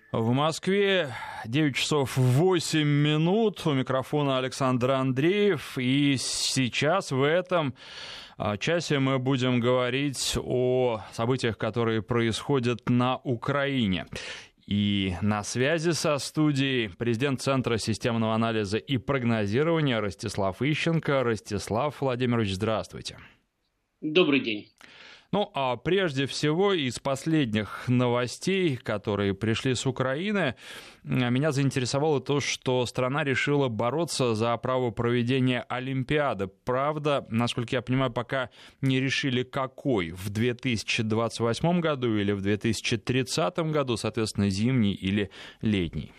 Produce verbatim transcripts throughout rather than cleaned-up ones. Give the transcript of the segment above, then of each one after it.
В Москве девять часов восемь минут. У микрофона Александр Андреев. И сейчас в этом часе мы будем говорить о событиях, которые происходят на Украине. И на связи со студией президент Центра системного анализа и прогнозирования Ростислав Ищенко. Ростислав Владимирович, здравствуйте. Добрый день. Ну, а прежде всего, из последних новостей, которые пришли с Украины, меня заинтересовало то, что страна решила бороться за право проведения Олимпиады. Правда, насколько я понимаю, пока не решили, какой, в две тысячи двадцать восьмом году или в две тысячи тридцатом году, соответственно, зимний или летний.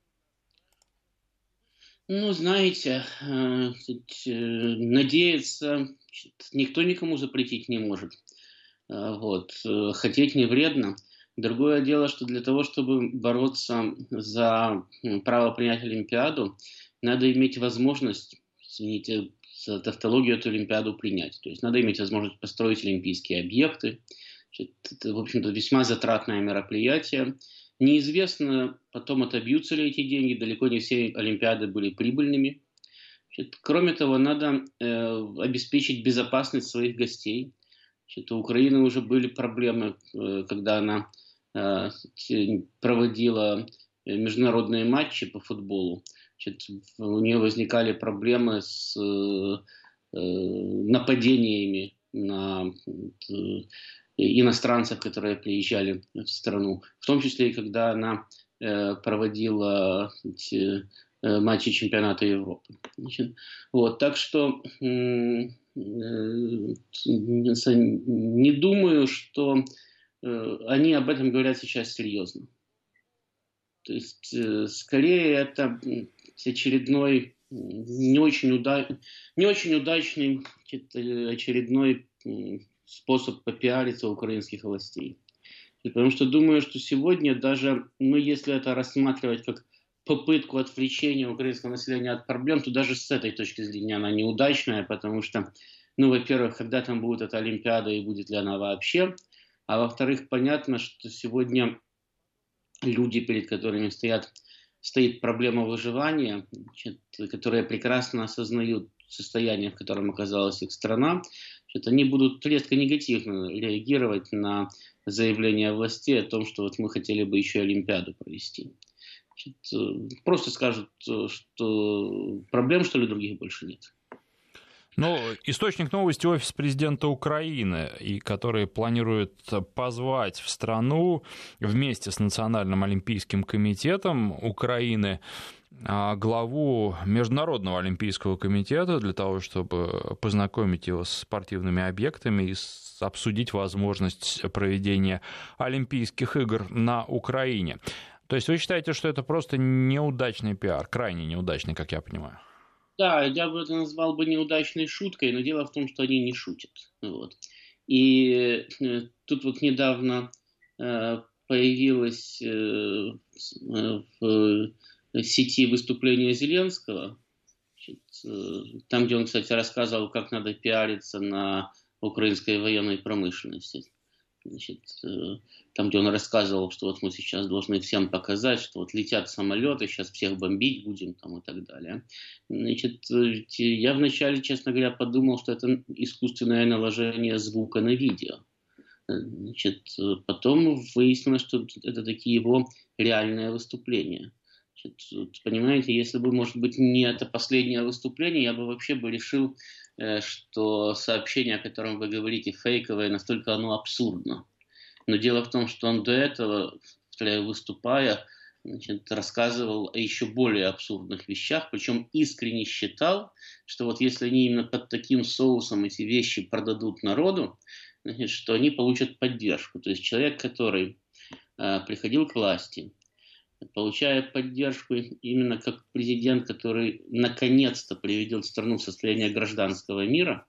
Ну, знаете, надеяться никто никому запретить не может. Вот. Хотеть не вредно. Другое дело, что для того, чтобы бороться за право принять Олимпиаду, надо иметь возможность, извините за тавтологию, эту Олимпиаду принять. То есть надо иметь возможность построить олимпийские объекты. Это, в общем-то, весьма затратное мероприятие. Неизвестно потом, отобьются ли эти деньги. Далеко не все Олимпиады были прибыльными. Кроме того, надо э, обеспечить безопасность своих гостей. У Украины уже были проблемы, когда она проводила международные матчи по футболу. У нее возникали проблемы с нападениями на иностранцев, которые приезжали в страну. В том числе и когда она проводила матчи чемпионата Европы. Вот, так что не думаю, что они об этом говорят сейчас серьезно. То есть, скорее, это очередной, не очень, уда... не очень удачный очередной способ попиариться у украинских властей. Потому что думаю, что сегодня даже, ну, если это рассматривать как попытку отвлечения украинского населения от проблем, то даже с этой точки зрения она неудачная, потому что, ну, во-первых, когда там будет эта Олимпиада и будет ли она вообще, а во-вторых, понятно, что сегодня люди, перед которыми стоят, стоит проблема выживания, значит, которые прекрасно осознают состояние, в котором оказалась их страна, значит, они будут резко негативно реагировать на заявление властей о том, что вот мы хотели бы еще Олимпиаду провести. Просто скажут, что проблем, что ли, других больше нет. Ну, источник новости — офис президента Украины, и который планирует позвать в страну вместе с Национальным олимпийским комитетом Украины главу Международного олимпийского комитета для того, чтобы познакомить его с спортивными объектами и обсудить возможность проведения Олимпийских игр на Украине. То есть вы считаете, что это просто неудачный пиар, крайне неудачный, как я понимаю? Да, я бы это назвал бы неудачной шуткой, но дело в том, что они не шутят. Вот. И э, тут вот недавно э, появилось э, в сети выступление Зеленского, значит, э, там, где он, кстати, рассказывал, как надо пиариться на украинской военной промышленности. Значит, там, где он рассказывал, что вот мы сейчас должны всем показать, что вот летят самолеты, сейчас всех бомбить будем там, и так далее. Значит, я вначале, честно говоря, подумал, что это искусственное наложение звука на видео. Значит, потом выяснилось, что это такие его реальные выступления. Значит, понимаете, если бы, может быть, не это последнее выступление, я бы вообще бы решил, что сообщение, о котором вы говорите, фейковое, настолько оно абсурдно. Но дело в том, что он до этого, выступая, значит, рассказывал о еще более абсурдных вещах, причем искренне считал, что вот если они именно под таким соусом эти вещи продадут народу, значит, что они получат поддержку. То есть человек, который э, приходил к власти, получая поддержку именно как президент, который наконец-то приведет страну в состояние гражданского мира,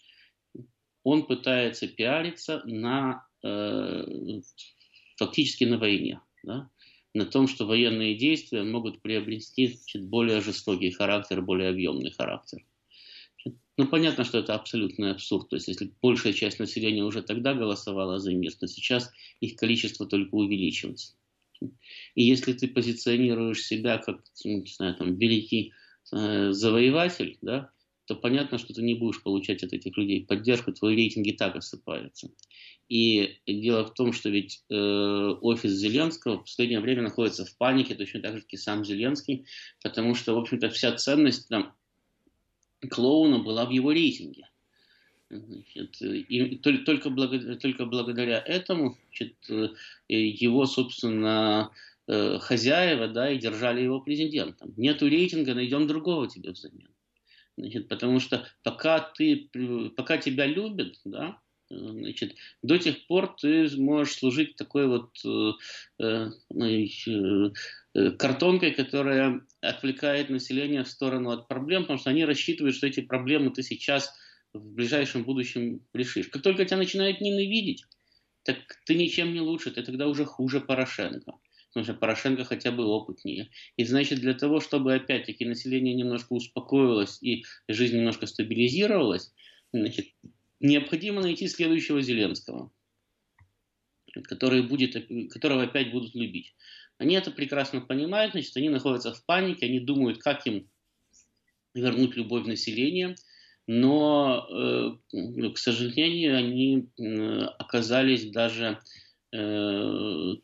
он пытается пиариться на, э, фактически на войне, да? На том, что военные действия могут приобрести чуть более жестокий характер, более объемный характер. Ну, понятно, что это абсолютный абсурд. То есть, если большая часть населения уже тогда голосовала за мир, то сейчас их количество только увеличивается. И если ты позиционируешь себя как, не знаю, там, великий э, завоеватель, да, то понятно, что ты не будешь получать от этих людей поддержку, твой рейтинг и так осыпается. И дело в том, что ведь э, офис Зеленского в последнее время находится в панике, точно так же, как и сам Зеленский, потому что, в общем-то, вся ценность там, клоуна была в его рейтинге. Значит, и только, благодаря, только благодаря этому значит, его, собственно, хозяева, да, и держали его президентом. Нету рейтинга, найдем другого тебе взамен. Значит, потому что пока, ты, пока тебя любят, да, значит, до тех пор ты можешь служить такой вот э, э, картонкой, которая отвлекает население в сторону от проблем, потому что они рассчитывают, что эти проблемы ты сейчас в ближайшем будущем решишь. Как только тебя начинают ненавидеть, так ты ничем не лучше, ты тогда уже хуже Порошенко. Потому что Порошенко хотя бы опытнее. И значит, для того, чтобы опять-таки население немножко успокоилось и жизнь немножко стабилизировалась, значит, необходимо найти следующего Зеленского, который будет, которого опять будут любить. Они это прекрасно понимают, значит, они находятся в панике, они думают, как им вернуть любовь населения, но, э, к сожалению, они э, оказались даже э,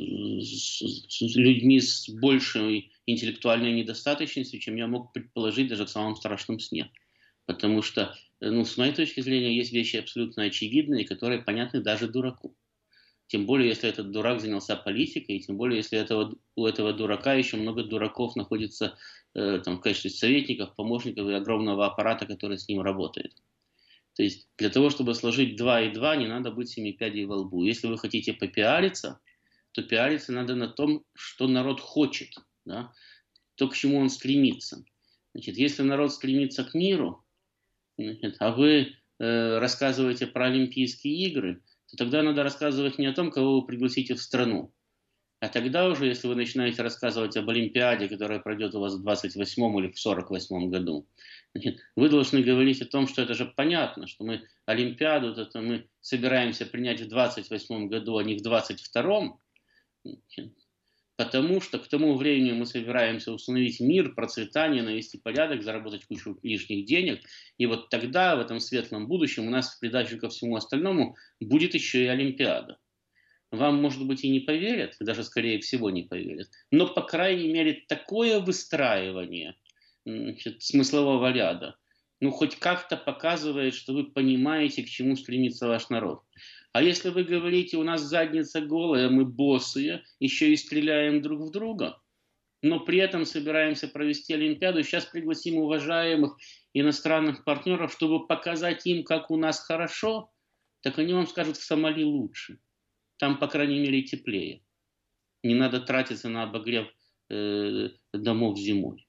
с людьми с большей интеллектуальной недостаточностью, чем я мог предположить даже в самом страшном сне. Потому что, ну, с моей точки зрения, есть вещи абсолютно очевидные, которые понятны даже дураку. Тем более, если этот дурак занялся политикой, и тем более, если этого, у этого дурака еще много дураков находится э, там, в качестве советников, помощников и огромного аппарата, который с ним работает. То есть, для того, чтобы сложить два и два, не надо быть семи пядей во лбу. Если вы хотите попиариться, то пиариться надо на том, что народ хочет, да? То, к чему он стремится. Значит, если народ стремится к миру, значит, а вы э, рассказываете про Олимпийские игры, то тогда надо рассказывать не о том, кого вы пригласите в страну. А тогда уже, если вы начинаете рассказывать об Олимпиаде, которая пройдет у вас в двадцать восьмом или в сорок восьмом году, значит, вы должны говорить о том, что это же понятно, что мы Олимпиаду это мы собираемся принять в двадцать восьмом году, а не в двадцать втором. Потому что к тому времени мы собираемся установить мир, процветание, навести порядок, заработать кучу лишних денег. И вот тогда, в этом светлом будущем, у нас в придачу ко всему остальному будет еще и Олимпиада. Вам, может быть, и не поверят, даже скорее всего не поверят, но, по крайней мере, такое выстраивание, значит, смыслового ряда, ну, хоть как-то показывает, что вы понимаете, к чему стремится ваш народ. А если вы говорите, у нас задница голая, мы босые, еще и стреляем друг в друга, но при этом собираемся провести Олимпиаду, сейчас пригласим уважаемых иностранных партнеров, чтобы показать им, как у нас хорошо, так они вам скажут, в Сомали лучше. Там, по крайней мере, теплее. Не надо тратиться на обогрев э, домов зимой.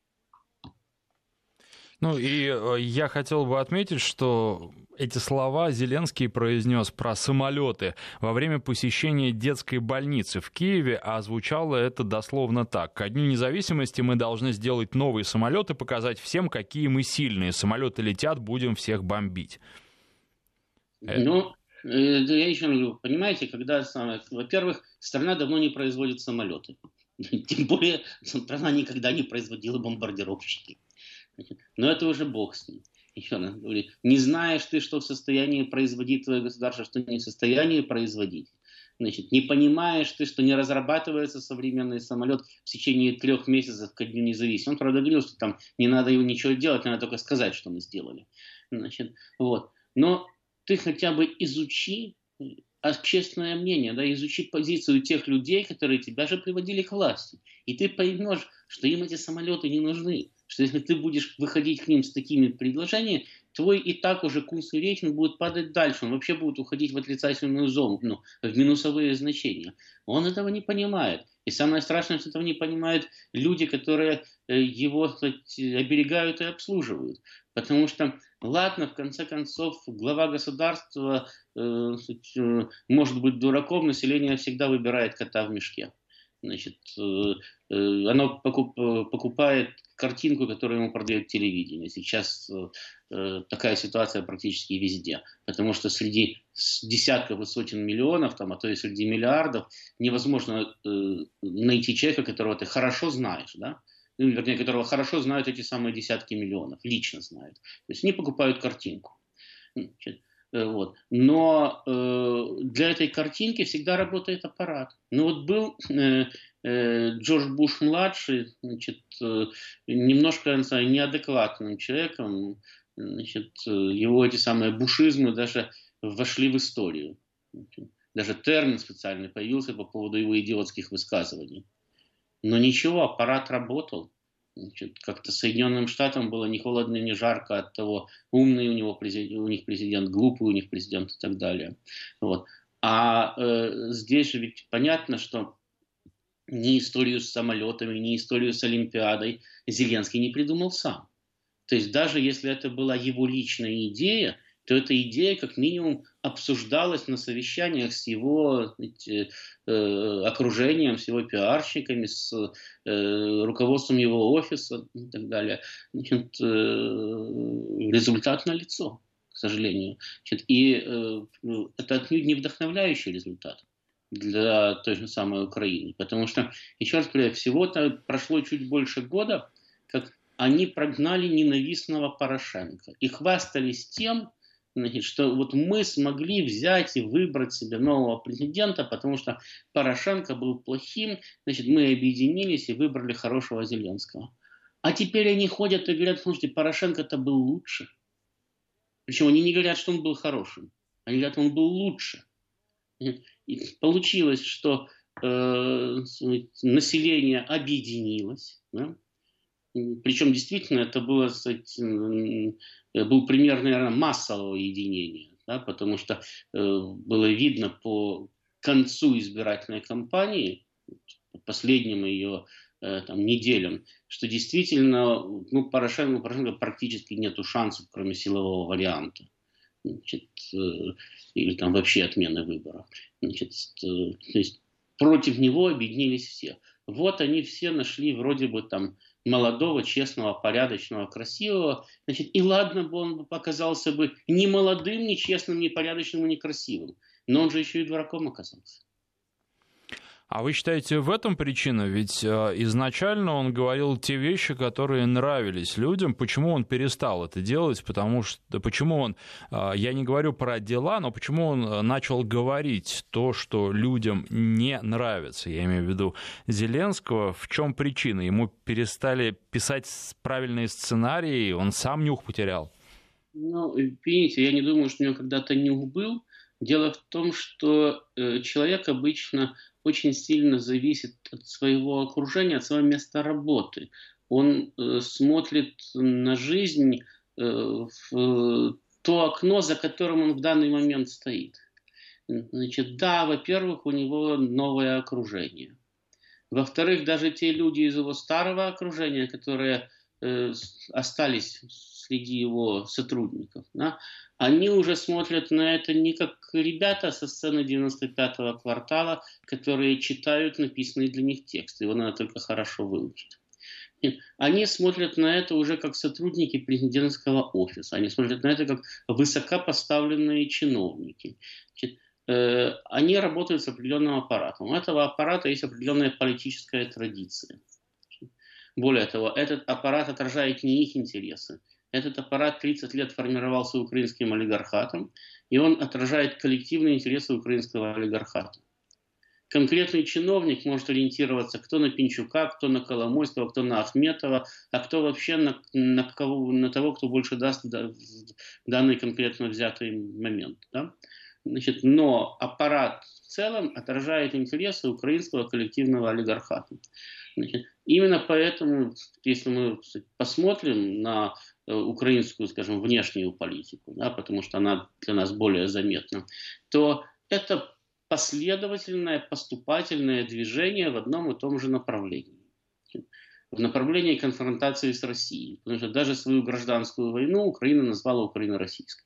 Ну и я хотел бы отметить, что эти слова Зеленский произнес про самолеты во время посещения детской больницы в Киеве, а звучало это дословно так. Ко Дню независимости мы должны сделать новые самолеты, показать всем, какие мы сильные. Самолеты летят, будем всех бомбить. Ну, я еще раз говорю, понимаете, когда, во-первых, страна давно не производит самолеты. Тем более, страна никогда не производила бомбардировщики. Но это уже бог с ним. Еще раз говорю, не знаешь ты, что в состоянии производить твое государство, что не в состоянии производить. Значит, не понимаешь ты, что не разрабатывается современный самолет в течение трех месяцев ко Дню независимости. Он, правда, говорил, что там не надо его ничего делать, надо только сказать, что мы сделали. Значит, вот. Но ты хотя бы изучи общественное мнение, да, изучи позицию тех людей, которые тебя же приводили к власти. И ты поймешь, что им эти самолеты не нужны. Что если ты будешь выходить к ним с такими предложениями, твой и так уже курсовый рейтинг будет падать дальше. Он вообще будет уходить в отрицательную зону, ну, в минусовые значения. Он этого не понимает. И самое страшное, что этого не понимают люди, которые его, кстати, оберегают и обслуживают. Потому что, ладно, в конце концов, глава государства э, может быть дураком, население всегда выбирает кота в мешке. Значит, оно покупает картинку, которую ему продает телевидение. Сейчас такая ситуация практически везде. Потому что среди десятков и сотен миллионов, там, а то и среди миллиардов, невозможно найти человека, которого ты хорошо знаешь, да? Ну, вернее, которого хорошо знают эти самые десятки миллионов, лично знают. То есть они покупают картинку. Значит, вот. Но э, для этой картинки всегда работает аппарат. Ну вот был э, э, Джордж Буш-младший, значит, э, немножко, не знаю, неадекватным человеком. Значит, его эти самые бушизмы даже вошли в историю. Даже термин специальный появился по поводу его идиотских высказываний. Но ничего, аппарат работал. Как-то Соединенным Штатам было ни холодно, ни жарко от того, умный у, него президент, у них президент, глупый у них президент и так далее. Вот. А э, здесь же ведь понятно, что ни историю с самолетами, ни историю с Олимпиадой Зеленский не придумал сам. То есть даже если это была его личная идея, то эта идея как минимум обсуждалась на совещаниях с его знаете, э, окружением, с его пиарщиками, с э, руководством его офиса и так далее. Значит, э, результат налицо, к сожалению. Значит, и э, это отнюдь не вдохновляющий результат для той же самой Украины. Потому что, еще раз говорю, всего-то прошло чуть больше года, как они прогнали ненавистного Порошенко и хвастались тем, значит, что вот мы смогли взять и выбрать себе нового президента, потому что Порошенко был плохим, значит, мы объединились и выбрали хорошего Зеленского. А теперь они ходят и говорят, слушайте, Порошенко-то был лучше. Причем они не говорят, что он был хорошим, они говорят, он был лучше. И получилось, что э, население объединилось, да? Причем действительно это было, кстати, был пример, наверное, массового единения, да, потому что э, было видно по концу избирательной кампании, по последним ее э, там, неделям, что действительно ну, Порошенко, Порошенко практически нету шансов, кроме силового варианта. Значит, э, или там вообще отмены выборов. Значит, э, то есть против него объединились все. Вот они все нашли вроде бы там молодого, честного, порядочного, красивого. Значит, и ладно бы он оказался бы ни молодым, ни честным, ни порядочным, ни красивым. Но он же еще и дураком оказался. А вы считаете, в этом причина? Ведь э, изначально он говорил те вещи, которые нравились людям. Почему он перестал это делать? Потому что, да, почему он, э, я не говорю про дела, но почему он начал говорить то, что людям не нравится? Я имею в виду Зеленского. В чем причина? Ему перестали писать правильные сценарии, он сам нюх потерял? Ну, видите, я не думаю, что у него когда-то нюх был. Дело в том, что э, человек обычно очень сильно зависит от своего окружения, от своего места работы. Он э, смотрит на жизнь э, в э, то окно, за которым он в данный момент стоит. Значит, да, во-первых, у него новое окружение. Во-вторых, даже те люди из его старого окружения, которые э, остались среди его сотрудников, да, они уже смотрят на это не как ребята со сцены девяносто пятого квартала, которые читают написанный для них текст. Его надо только хорошо выучить. Нет, они смотрят на это уже как сотрудники президентского офиса. Они смотрят на это как высокопоставленные чиновники. Значит, э, они работают с определенным аппаратом. У этого аппарата есть определенная политическая традиция. Более того, этот аппарат отражает не их интересы. Этот аппарат тридцать лет формировался украинским олигархатом, и он отражает коллективные интересы украинского олигархата. Конкретный чиновник может ориентироваться кто на Пинчука, кто на Коломойского, кто на Ахметова, а кто вообще на, на, кого, на того, кто больше даст в данный конкретно взятый момент. Да? Значит, но аппарат в целом отражает интересы украинского коллективного олигархата. Значит, именно поэтому, если мы посмотрим на украинскую, скажем, внешнюю политику, да, потому что она для нас более заметна, то это последовательное, поступательное движение в одном и том же направлении. В направлении конфронтации с Россией. Потому что даже свою гражданскую войну Украина назвала Украино-российской.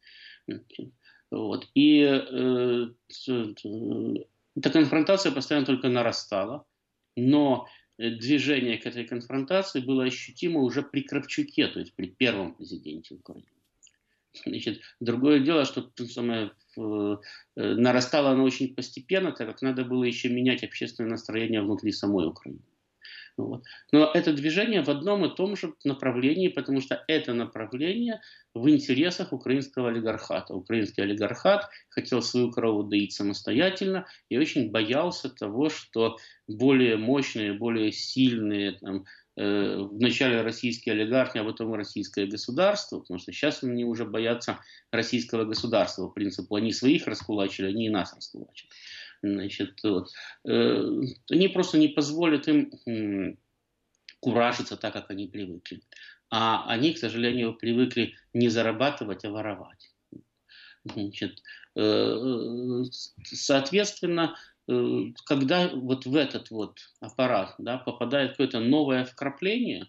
Вот. И э, эта конфронтация постоянно только нарастала. Но движение к этой конфронтации было ощутимо уже при Кравчуке, то есть при первом президенте Украины. Значит, другое дело, что самое, э, нарастало оно очень постепенно, так как надо было еще менять общественное настроение внутри самой Украины. Вот. Но это движение в одном и том же направлении, потому что это направление в интересах украинского олигархата. Украинский олигархат хотел свою корову доить самостоятельно и очень боялся того, что более мощные, более сильные, там, э, вначале российские олигархи, а потом и российское государство, потому что сейчас они уже боятся российского государства по принципу, они своих раскулачили, они и нас раскулачат. Значит, вот. э, они просто не позволят им э, куражиться так, как они привыкли. А они, к сожалению, привыкли не зарабатывать, а воровать. Значит, э, соответственно, э, когда вот в этот вот аппарат, да, попадает какое-то новое вкрапление,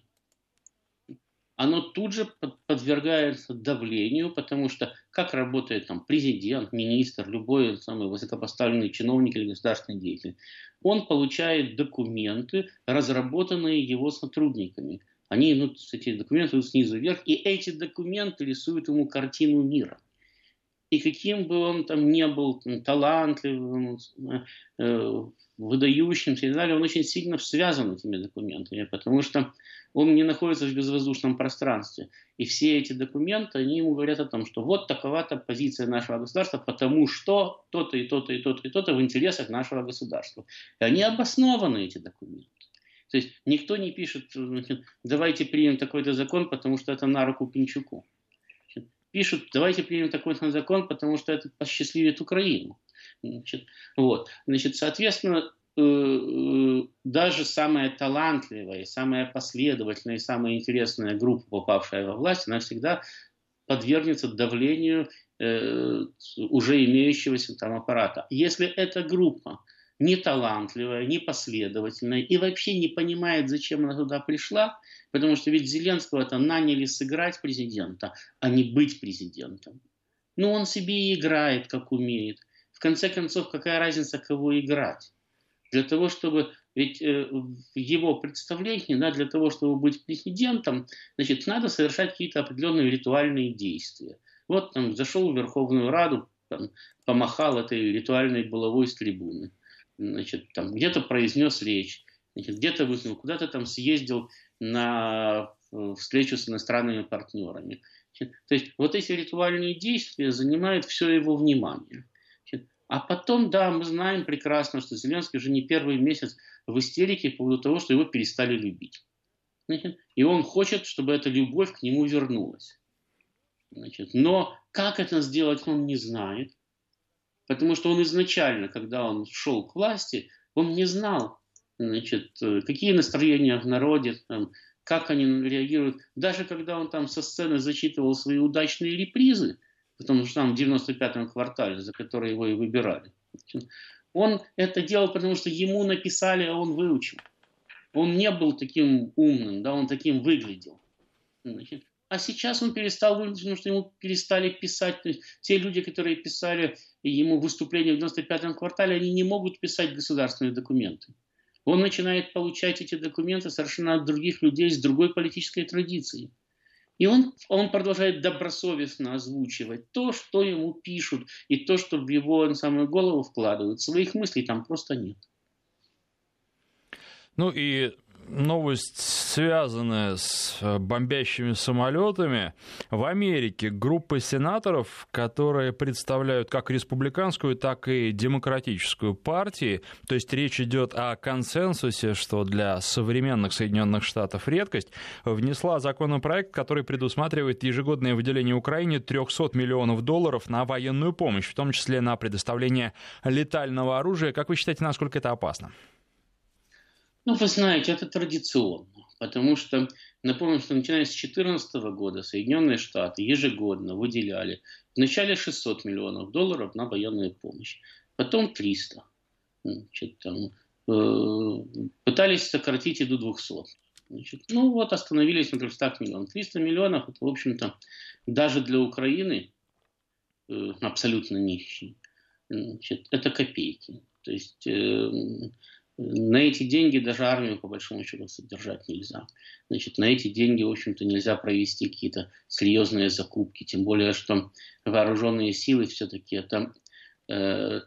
оно тут же подвергается давлению, потому что как работает там президент, министр, любой самый высокопоставленный чиновник или государственный деятель, он получает документы, разработанные его сотрудниками. Они идут, эти документы идут снизу вверх, и эти документы рисуют ему картину мира. И каким бы он там ни был там, талантливым, э, выдающимся и так далее, он очень сильно связан этими документами, потому что он не находится в безвоздушном пространстве. И все эти документы, они ему говорят о том, что вот такова-то позиция нашего государства, потому что то-то и то-то и то-то и то-то в интересах нашего государства. И они обоснованы, эти документы. То есть никто не пишет, давайте примем такой-то закон, потому что это на руку Пинчуку. Пишут, давайте примем такой-то закон, потому что это посчастливит Украину. Значит, вот. Значит, соответственно, э, э, даже самая талантливая, самая последовательная, самая интересная группа, попавшая во власть, она всегда подвергнется давлению э, уже имеющегося там аппарата. Если эта группа не талантливая, не последовательная и вообще не понимает, зачем она туда пришла, потому что ведь Зеленского-то наняли сыграть президента, а не быть президентом. Ну, он себе и играет, как умеет. В конце концов, какая разница, кого играть? Для того, чтобы... Ведь э, в его представлении, да, для того, чтобы быть президентом, значит, надо совершать какие-то определенные ритуальные действия. Вот там зашел в Верховную Раду, там, помахал этой ритуальной булавой с трибуны. Значит, там где-то произнес речь, значит, где-то выступил, куда-то там съездил на встречу с иностранными партнерами. Значит, то есть вот эти ритуальные действия занимают все его внимание. Значит, а потом, да, мы знаем прекрасно, что Зеленский уже не первый месяц в истерике по поводу того, что его перестали любить. Значит, и он хочет, чтобы эта любовь к нему вернулась. Значит, но как это сделать, он не знает. Потому что он изначально, когда он шел к власти, он не знал, значит, какие настроения в народе, там, как они реагируют. Даже когда он там со сцены зачитывал свои удачные репризы, потому что там в девяносто пятом квартале, за который его и выбирали, он это делал, потому что ему написали, а он выучил. Он не был таким умным, да, он таким выглядел. Значит, а сейчас он перестал выглядеть, потому что ему перестали писать. То есть те люди, которые писали ему выступления в девяносто пятом квартале, они не могут писать государственные документы. Он начинает получать эти документы совершенно от других людей с другой политической традицией. И он, он продолжает добросовестно озвучивать то, что ему пишут, и то, что в его самую голову вкладывают. Своих мыслей там просто нет. Ну и новость, связанная с бомбящими самолетами. В Америке группа сенаторов, которые представляют как республиканскую, так и демократическую партии, то есть речь идет о консенсусе, что для современных Соединенных Штатов редкость, внесла законопроект, который предусматривает ежегодное выделение Украине триста миллионов долларов на военную помощь, в том числе на предоставление летального оружия. Как вы считаете, насколько это опасно? Ну, вы знаете, это традиционно, потому что, напомню, что начиная с две тысячи четырнадцатого года Соединенные Штаты ежегодно выделяли вначале шестьсот миллионов долларов на военную помощь, потом триста. Значит, там, э, пытались сократить и до двухсот. Значит, ну вот остановились на трехстах миллионах. триста миллионов, это, в общем-то, даже для Украины э, абсолютно нищий. Значит, это копейки. То есть... Э, на эти деньги даже армию, по большому счету, содержать нельзя. Значит, на эти деньги, в общем-то, нельзя провести какие-то серьезные закупки. Тем более, что вооруженные силы все-таки это э,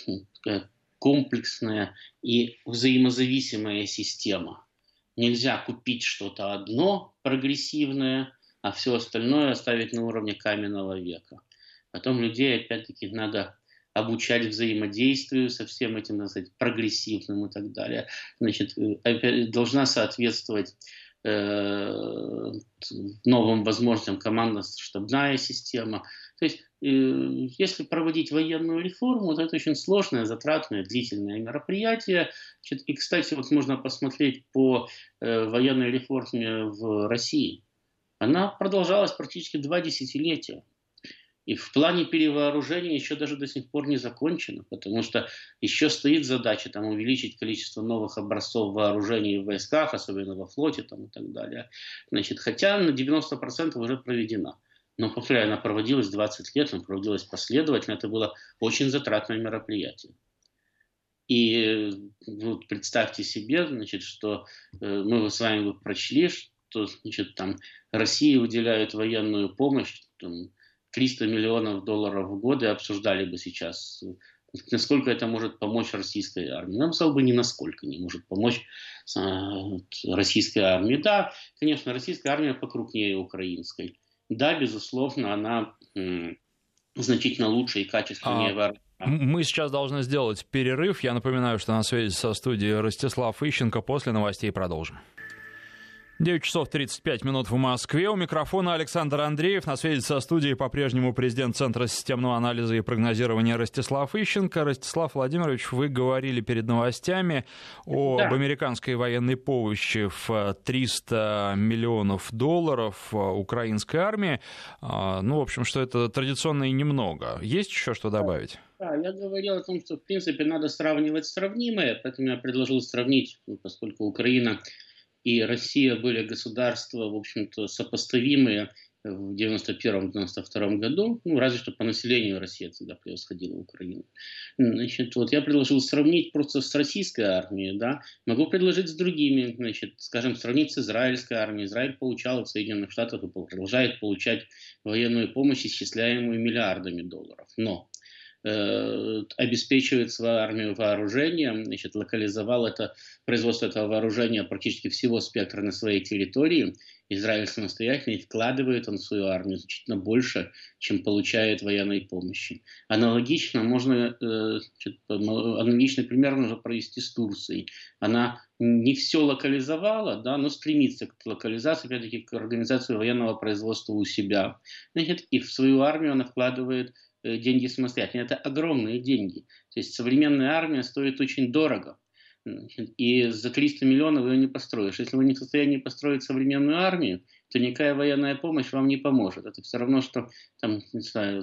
комплексная и взаимозависимая система. Нельзя купить что-то одно прогрессивное, а все остальное оставить на уровне каменного века. Потом людей, опять-таки, надо обучать взаимодействию со всем этим, так сказать, прогрессивным и так далее. Значит, должна соответствовать э, новым возможностям командно-штабная система. То есть, э, если проводить военную реформу, то это очень сложное, затратное, длительное мероприятие. Значит, и, кстати, вот можно посмотреть по э, военной реформе в России. Она продолжалась практически два десятилетия. И в плане перевооружения еще даже до сих пор не закончено, потому что еще стоит задача там, увеличить количество новых образцов вооружений в войсках, особенно во флоте там, и так далее. Значит, хотя на девяносто процентов уже проведена. Но, повторяю, она проводилась двадцать лет, она проводилась последовательно, это было очень затратное мероприятие. И вот представьте себе, значит, что э, мы с вами прочли, что значит, там, России выделяют военную помощь, там, триста миллионов долларов в год, и обсуждали бы сейчас, насколько это может помочь российской армии. Нам сказал бы, ни насколько не может помочь э, российской армии. Да, конечно, российская армия покрупнее украинской. Да, безусловно, она э, значительно лучше и качественнее вооружена. Мы сейчас должны сделать перерыв. Я напоминаю, что на связи со студией Ростислав Ищенко. После новостей продолжим. девять часов тридцать пять минут в Москве. У микрофона Александр Андреев. На связи со студией по-прежнему президент Центра системного анализа и прогнозирования Ростислав Ищенко. Ростислав Владимирович, вы говорили перед новостями об Да. американской военной помощи в триста миллионов долларов украинской армии. Ну, в общем, что это традиционно и немного. Есть еще что добавить? Да, я говорил о том, что, в принципе, надо сравнивать сравнимое, поэтому я предложил сравнить, поскольку Украина и Россия были государства, в общем-то, сопоставимые в девяносто первом — девяносто втором году, ну, разве что по населению Россия тогда превосходила Украину. Значит, вот я предложил сравнить просто с российской армией, да, могу предложить с другими, значит, скажем, сравнить с израильской армией. Израиль получал от Соединенных Штатов и продолжает получать военную помощь, исчисляемую миллиардами долларов, но обеспечивает свою армию вооружением, значит, локализовал это, производство этого вооружения практически всего спектра на своей территории. Израиль самостоятельно и вкладывает он в свою армию значительно больше, чем получает военной помощи. Аналогично можно, значит, аналогичный пример можно провести с Турцией. Она не все локализовала, да, но стремится к локализации, опять-таки, к организации военного производства у себя. Значит, и в свою армию она вкладывает деньги самостоятельно. Это огромные деньги. То есть современная армия стоит очень дорого. И за триста миллионов ее не построишь. Если вы не в состоянии построить современную армию, то никакая военная помощь вам не поможет. Это все равно, что там, не знаю,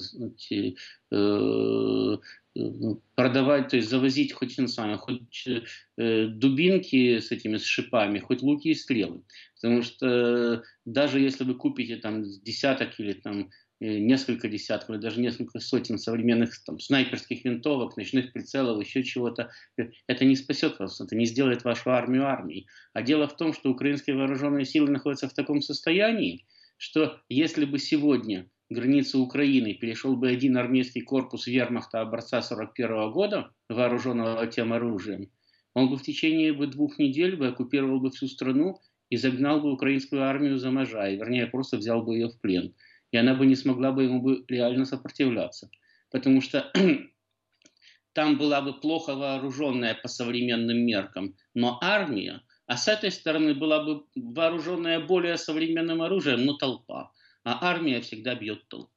продавать, то есть завозить хоть, не знаю, хоть дубинки с этими с шипами, хоть луки и стрелы. Потому что даже если вы купите там десяток или там несколько десятков, или даже несколько сотен современных там, снайперских винтовок, ночных прицелов, еще чего-то, это не спасет вас, это не сделает вашу армию армией. А дело в том, что украинские вооруженные силы находятся в таком состоянии, что если бы сегодня границу Украины перешел бы один армейский корпус вермахта образца сорок первого года, вооруженного тем оружием, он бы в течение бы двух недель бы оккупировал бы всю страну и загнал бы украинскую армию за Можай, вернее, просто взял бы ее в плен. И она бы не смогла бы ему бы реально сопротивляться. Потому что там была бы плохо вооруженная по современным меркам, но армия, а с этой стороны была бы вооруженная более современным оружием, но толпа. А армия всегда бьет толпу.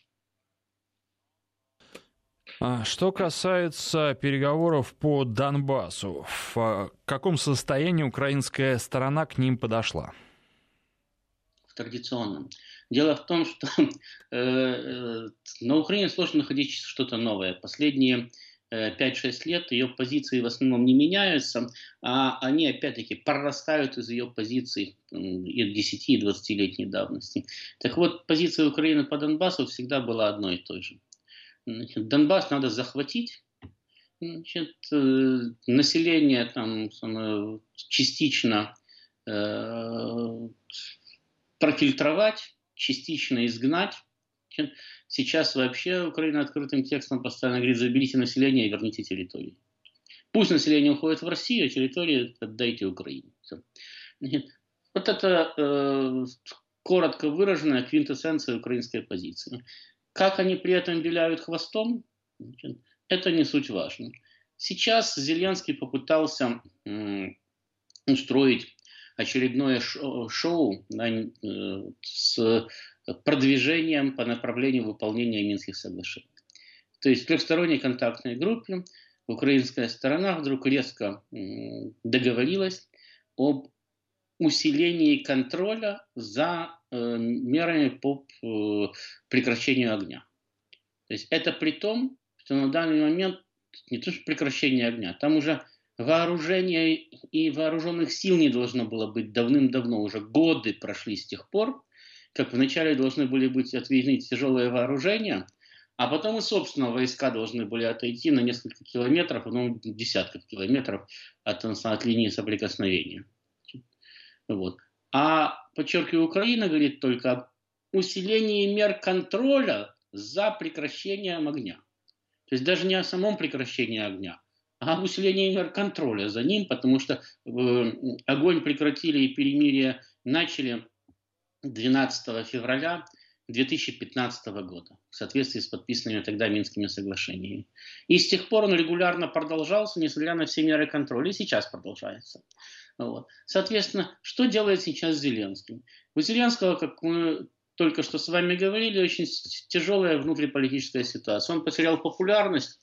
Что касается переговоров по Донбассу, в каком состоянии украинская сторона к ним подошла? В традиционном. Дело в том, что э, на Украине сложно находить что-то новое. Последние э, пять-шесть лет ее позиции в основном не меняются, а они опять-таки прорастают из ее позиций э, десяти- и двадцатилетней давности. Так вот, позиция Украины по Донбассу всегда была одной и той же. Значит, Донбасс надо захватить, Значит, э, население там самое, частично э, профильтровать, частично изгнать. Сейчас вообще Украина открытым текстом постоянно говорит: заберите население и верните территории. Пусть население уходит в Россию, а территории отдайте Украине. Все. Вот это э, коротко выраженная квинтэссенция украинской позиции. Как они при этом виляют хвостом, это не суть важно. Сейчас Зеленский попытался э, устроить очередное шоу, да, э, с продвижением по направлению выполнения Минских соглашений. То есть в трехсторонней контактной группе украинская сторона вдруг резко э, договорилась об усилении контроля за э, мерами по э, прекращению огня. То есть это при том, что на данный момент не то что прекращение огня, там уже вооружение и вооруженных сил не должно было быть давным-давно, уже годы прошли с тех пор, как вначале должны были быть отведены тяжелые вооружения, а потом и, собственно, войска должны были отойти на несколько километров, ну, десятков километров от, от линии соприкосновения. Вот. А, подчеркиваю, Украина говорит только об усилении мер контроля за прекращением огня. То есть даже не о самом прекращении огня, а об усилении мер контроля за ним, потому что э, огонь прекратили и перемирие начали двенадцатого февраля две тысячи пятнадцатого года в соответствии с подписанными тогда Минскими соглашениями. И с тех пор он регулярно продолжался, несмотря на все меры контроля, и сейчас продолжается. Вот. Соответственно, что делает сейчас Зеленский? У Зеленского, как мы только что с вами говорили, очень тяжелая внутриполитическая ситуация. Он потерял популярность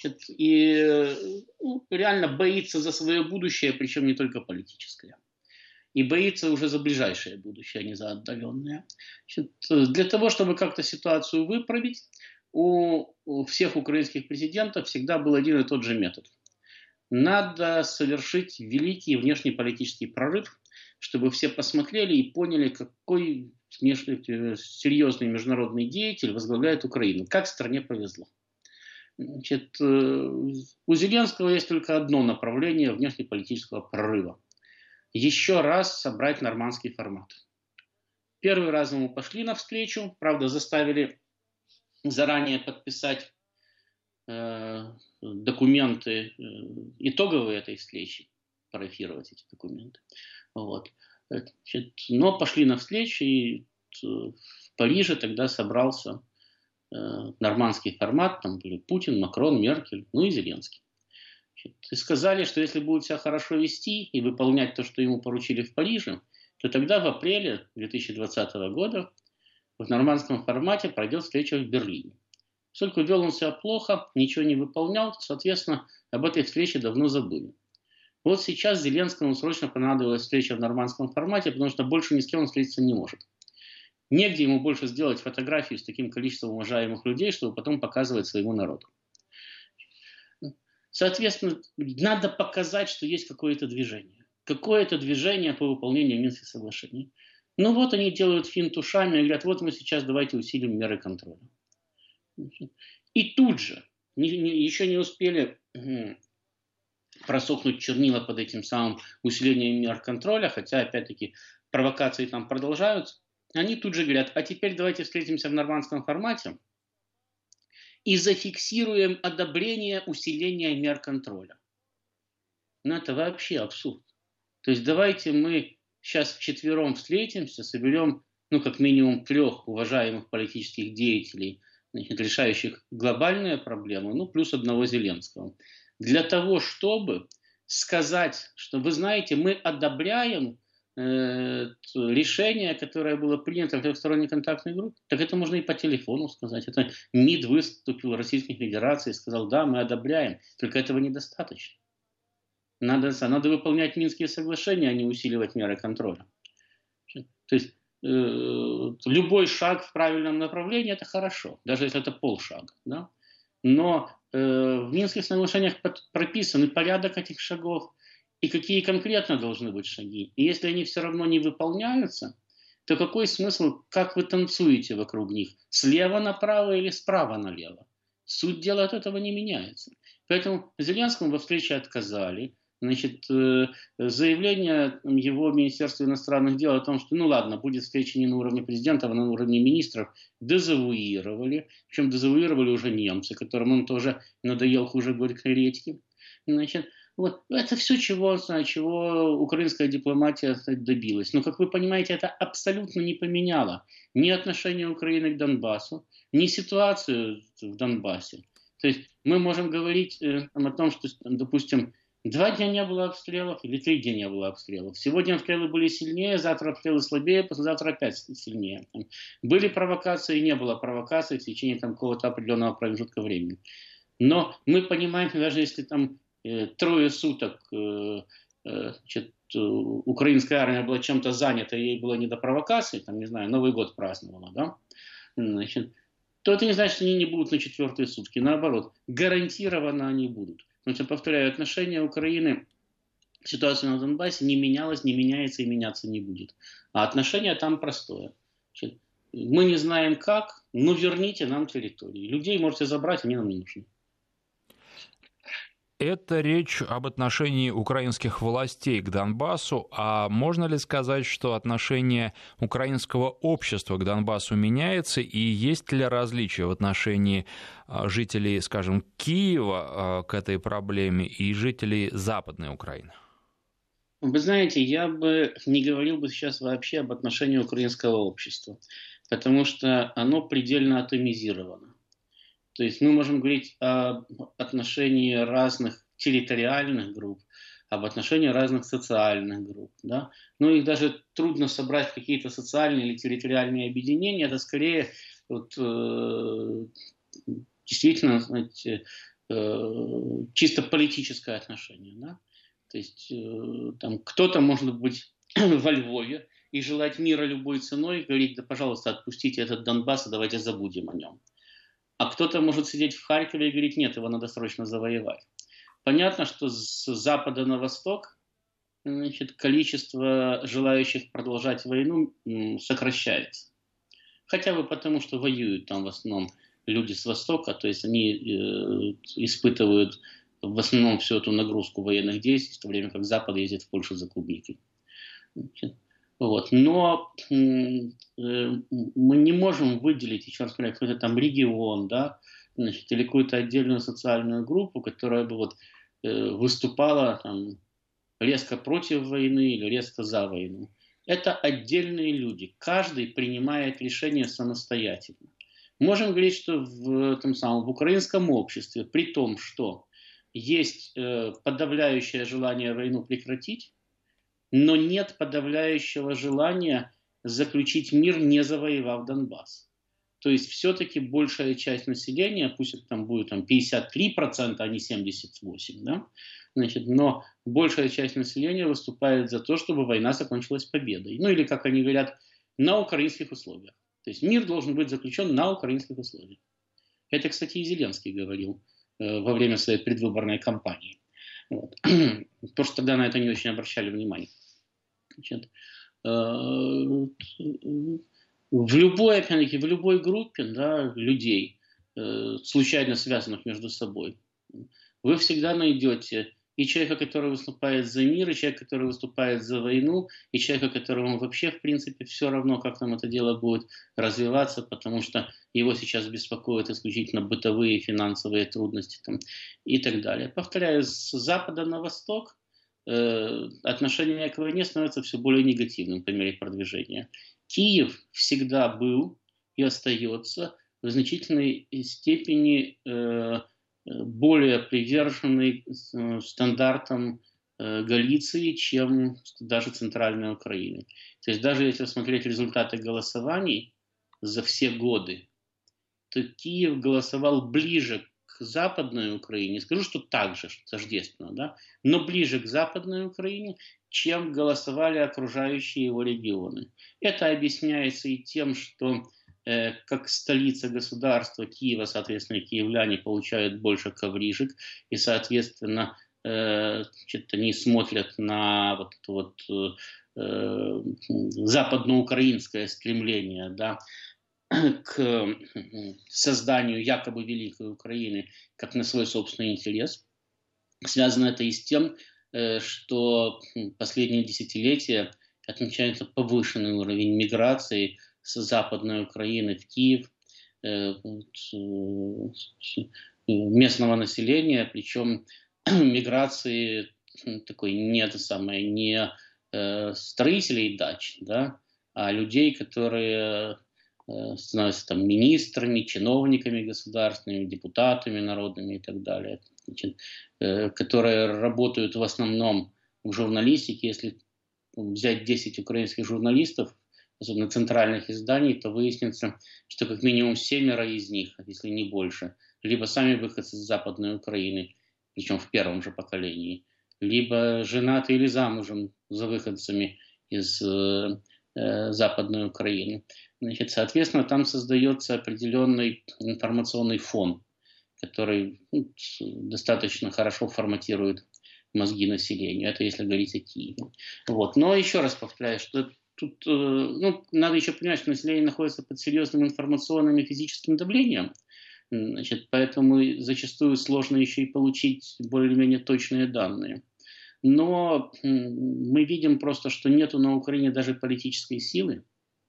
и ну, реально боится за свое будущее, причем не только политическое. И боится уже за ближайшее будущее, а не за отдаленное. Значит, для того, чтобы как-то ситуацию выправить, у, у всех украинских президентов всегда был один и тот же метод. Надо совершить великий внешнеполитический прорыв, чтобы все посмотрели и поняли, какой внешне, серьезный международный деятель возглавляет Украину. Как стране повезло. Значит, у Зеленского есть только одно направление внешнеполитического прорыва. Еще раз собрать нормандский формат. Первый раз ему пошли навстречу, правда, заставили заранее подписать э, документы, э, итоговые этой встречи, парафировать эти документы. Вот. Значит, но пошли навстречу, и в Париже тогда собрался э, нормандский формат, там были Путин, Макрон, Меркель, ну и Зеленский. И сказали, что если будет себя хорошо вести и выполнять то, что ему поручили в Париже, то тогда в апреле две тысячи двадцатого года в нормандском формате пройдет встреча в Берлине. Поскольку вел он себя плохо, ничего не выполнял, соответственно, об этой встрече давно забыли. Вот сейчас Зеленскому срочно понадобилась встреча в нормандском формате, потому что больше ни с кем он встретиться не может. Негде ему больше сделать фотографию с таким количеством уважаемых людей, чтобы потом показывать своему народу. Соответственно, надо показать, что есть какое-то движение. Какое-то движение по выполнению Минских соглашений. Ну вот они делают финт ушами и говорят: вот мы сейчас давайте усилим меры контроля. И тут же, не, не, еще не успели просохнуть чернила под этим самым усилением мер контроля, хотя опять-таки провокации там продолжаются, они тут же говорят: а теперь давайте встретимся в нормандском формате и зафиксируем одобрение усиления мер контроля. Ну, это вообще абсурд. То есть давайте мы сейчас вчетвером встретимся, соберем, ну, как минимум трех уважаемых политических деятелей, значит, решающих глобальные проблемы, ну, плюс одного Зеленского. Для того, чтобы сказать, что, вы знаете, мы одобряем решение, которое было принято в трехсторонней контактной группе, так это можно и по телефону сказать. Это МИД выступил Российской Федерации и сказал: да, мы одобряем, только этого недостаточно. Надо, надо выполнять Минские соглашения, а не усиливать меры контроля. То есть э, любой шаг в правильном направлении — это хорошо, даже если это полшага. Да? Но э, в Минских соглашениях прописан порядок этих шагов, и какие конкретно должны быть шаги. И если они все равно не выполняются, то какой смысл, как вы танцуете вокруг них? Слева направо или справа налево? Суть дела от этого не меняется. Поэтому Зеленскому во встрече отказали. Значит, заявление его Министерства иностранных дел о том, что ну ладно, будет встреча не на уровне президента, а на уровне министров, дезавуировали. Причем дезавуировали уже немцы, которым он тоже надоел хуже горькой редьки. Значит, вот это все, чего, чего украинская дипломатия добилась. Но, как вы понимаете, это абсолютно не поменяло ни отношение Украины к Донбассу, ни ситуацию в Донбассе. То есть мы можем говорить э, о том, что, допустим, два дня не было обстрелов или три дня не было обстрелов. Сегодня обстрелы были сильнее, завтра обстрелы слабее, послезавтра опять сильнее. Там были провокации, не было провокаций в течение там, какого-то определенного промежутка времени. Но мы понимаем, даже если там э, трое суток э, э, значит, украинская армия была чем-то занята, ей было не до провокаций, там, не знаю, Новый год праздновала, да, значит, то это не значит, что они не будут на четвертые сутки. Наоборот, гарантированно они будут. Потому что, повторяю, отношение Украины к ситуации на Донбассе не менялось, не меняется и меняться не будет. А отношение там простое. Значит, мы не знаем как, но верните нам территории. Людей можете забрать, они нам не нужны. Это речь об отношении украинских властей к Донбассу, а можно ли сказать, что отношение украинского общества к Донбассу меняется, и есть ли различия в отношении жителей, скажем, Киева к этой проблеме и жителей Западной Украины? Вы знаете, я бы не говорил бы сейчас вообще об отношении украинского общества, потому что оно предельно атомизировано. То есть мы можем говорить об отношении разных территориальных групп, об отношении разных социальных групп. Да? Ну, их даже трудно собрать в какие-то социальные или территориальные объединения. Это скорее вот, э, действительно, знаете, э, чисто политическое отношение. Да? То есть э, там кто-то может быть во Львове и желать мира любой ценой, и говорить, да, пожалуйста, отпустите этот Донбасс, и давайте забудем о нем. А кто-то может сидеть в Харькове и говорить, нет, его надо срочно завоевать. Понятно, что с запада на восток, значит, количество желающих продолжать войну сокращается. Хотя бы потому, что воюют там в основном люди с востока, то есть они э, испытывают в основном всю эту нагрузку военных действий, в то время как Запад ездит в Польшу за клубникой. Вот. Но э, мы не можем выделить, еще раз говорю, какой-то там регион, да, значит, или какую-то отдельную социальную группу, которая бы вот, э, выступала там, резко против войны или резко за войну. Это отдельные люди. Каждый принимает решение самостоятельно. Можем говорить, что в, том самом, в украинском обществе, при том, что есть э, подавляющее желание войну прекратить, но нет подавляющего желания заключить мир, не завоевав Донбасс. То есть все-таки большая часть населения, пусть это там будет там, пятьдесят три процента, а не семьдесят восемь процентов, да? Значит, но большая часть населения выступает за то, чтобы война закончилась победой. Ну или, как они говорят, на украинских условиях. То есть мир должен быть заключен на украинских условиях. Это, кстати, и Зеленский говорил э, во время своей предвыборной кампании. Вот. Потому что тогда на это не очень обращали внимание. Значит, э, в любой, опять-таки, в любой группе, да, людей, э, случайно связанных между собой, вы всегда найдете и человека, который выступает за мир, и человека, который выступает за войну, и человека, которому вообще, в принципе, все равно, как там это дело будет развиваться, потому что его сейчас беспокоят исключительно бытовые, финансовые трудности там, и так далее. Повторяю, с запада на восток э, отношение к войне становится все более негативным по мере продвижения. Киев всегда был и остается в значительной степени э, более приверженный стандартам Галиции, чем даже Центральной Украины. То есть даже если смотреть результаты голосований за все годы, то Киев голосовал ближе к Западной Украине, не скажу, что так же, что тождественно, да, но ближе к Западной Украине, чем голосовали окружающие его регионы. Это объясняется и тем, что как столица государства Киева, соответственно, киевляне получают больше коврижек, и, соответственно, э, они смотрят на вот это вот э, западноукраинское стремление, да, к созданию якобы Великой Украины, как на свой собственный интерес. Связано это и с тем, что последние десятилетия отмечается повышенный уровень миграции с Западной Украины в Киев местного населения, причем миграции такой не это самое, не строителей дач, да, а людей, которые становятся там министрами, чиновниками государственными, депутатами народными и так далее, значит, которые работают в основном в журналистике. Если взять десять украинских журналистов, особенно центральных изданий, то выяснится, что как минимум семеро из них, если не больше, либо сами выходцы из Западной Украины, причем в первом же поколении, либо женаты или замужем за выходцами из э, э, Западной Украины. Значит, соответственно, там создается определенный информационный фон, который ну, достаточно хорошо форматирует мозги населению. Это если говорить о Киеве. Вот. Но еще раз повторяю, что тут э, ну, надо еще понимать, что население находится под серьезным информационным и физическим давлением. Значит, поэтому зачастую сложно еще и получить более-менее точные данные. Но мы видим просто, что нету на Украине даже политической силы,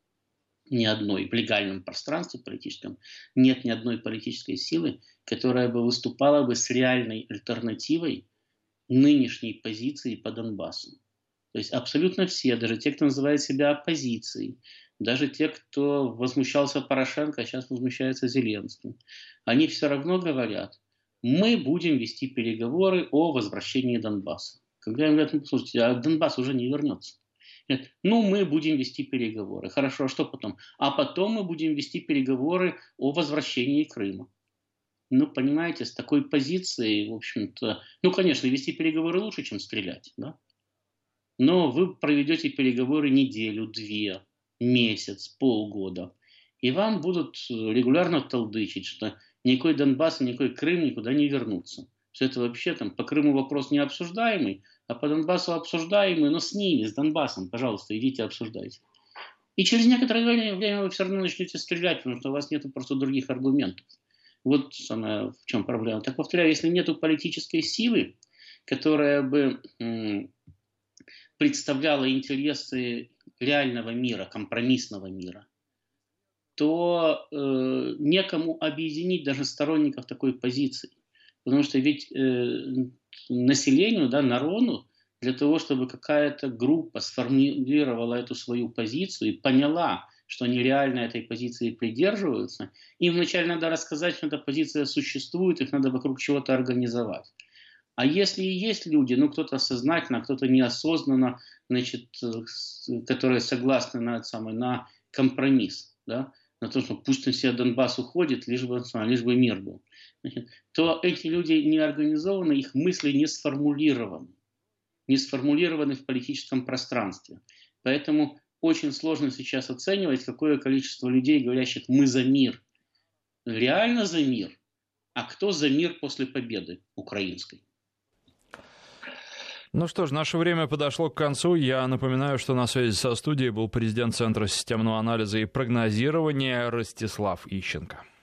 ни одной, в легальном пространстве политическом, нет ни одной политической силы, которая бы выступала бы с реальной альтернативой нынешней позиции по Донбассу. То есть абсолютно все, даже те, кто называет себя оппозицией, даже те, кто возмущался Порошенко, а сейчас возмущается Зеленским, они все равно говорят, мы будем вести переговоры о возвращении Донбасса. Когда им говорят, ну, послушайте, а Донбасс уже не вернется. Нет, ну, мы будем вести переговоры. Хорошо, а что потом? А потом мы будем вести переговоры о возвращении Крыма. Ну, понимаете, с такой позицией, в общем-то, ну, конечно, вести переговоры лучше, чем стрелять, да? Но вы проведете переговоры неделю, две, месяц, полгода, и вам будут регулярно толдычить, что никакой Донбасс, никакой Крым никуда не вернутся. Что это вообще там по Крыму вопрос не обсуждаемый, а по Донбассу обсуждаемый, но с ними, с Донбассом, пожалуйста, идите обсуждайте. И через некоторое время вы все равно начнете стрелять, потому что у вас нет просто других аргументов. Вот самое, в чем проблема. Так повторяю, если нет политической силы, которая бы м, представляла интересы реального мира, компромиссного мира, то э, некому объединить даже сторонников такой позиции. Потому что ведь э, населению, да, народу, для того, чтобы какая-то группа сформулировала эту свою позицию и поняла, что они реально этой позиции придерживаются, им вначале надо рассказать, что эта позиция существует, их надо вокруг чего-то организовать. А если и есть люди, ну кто-то сознательно, кто-то неосознанно, значит, которые согласны на, самый, на компромисс, да, на то, что пусть все Донбасс уходит, лишь бы, лишь бы мир был, значит, то эти люди не организованы, их мысли не сформулированы, не сформулированы в политическом пространстве. Поэтому очень сложно сейчас оценивать, какое количество людей, говорящих «мы за мир», реально за мир, а кто за мир после победы украинской. Ну что ж, наше время подошло к концу. Я напоминаю, что на связи со студией был президент Центра системного анализа и прогнозирования Ростислав Ищенко.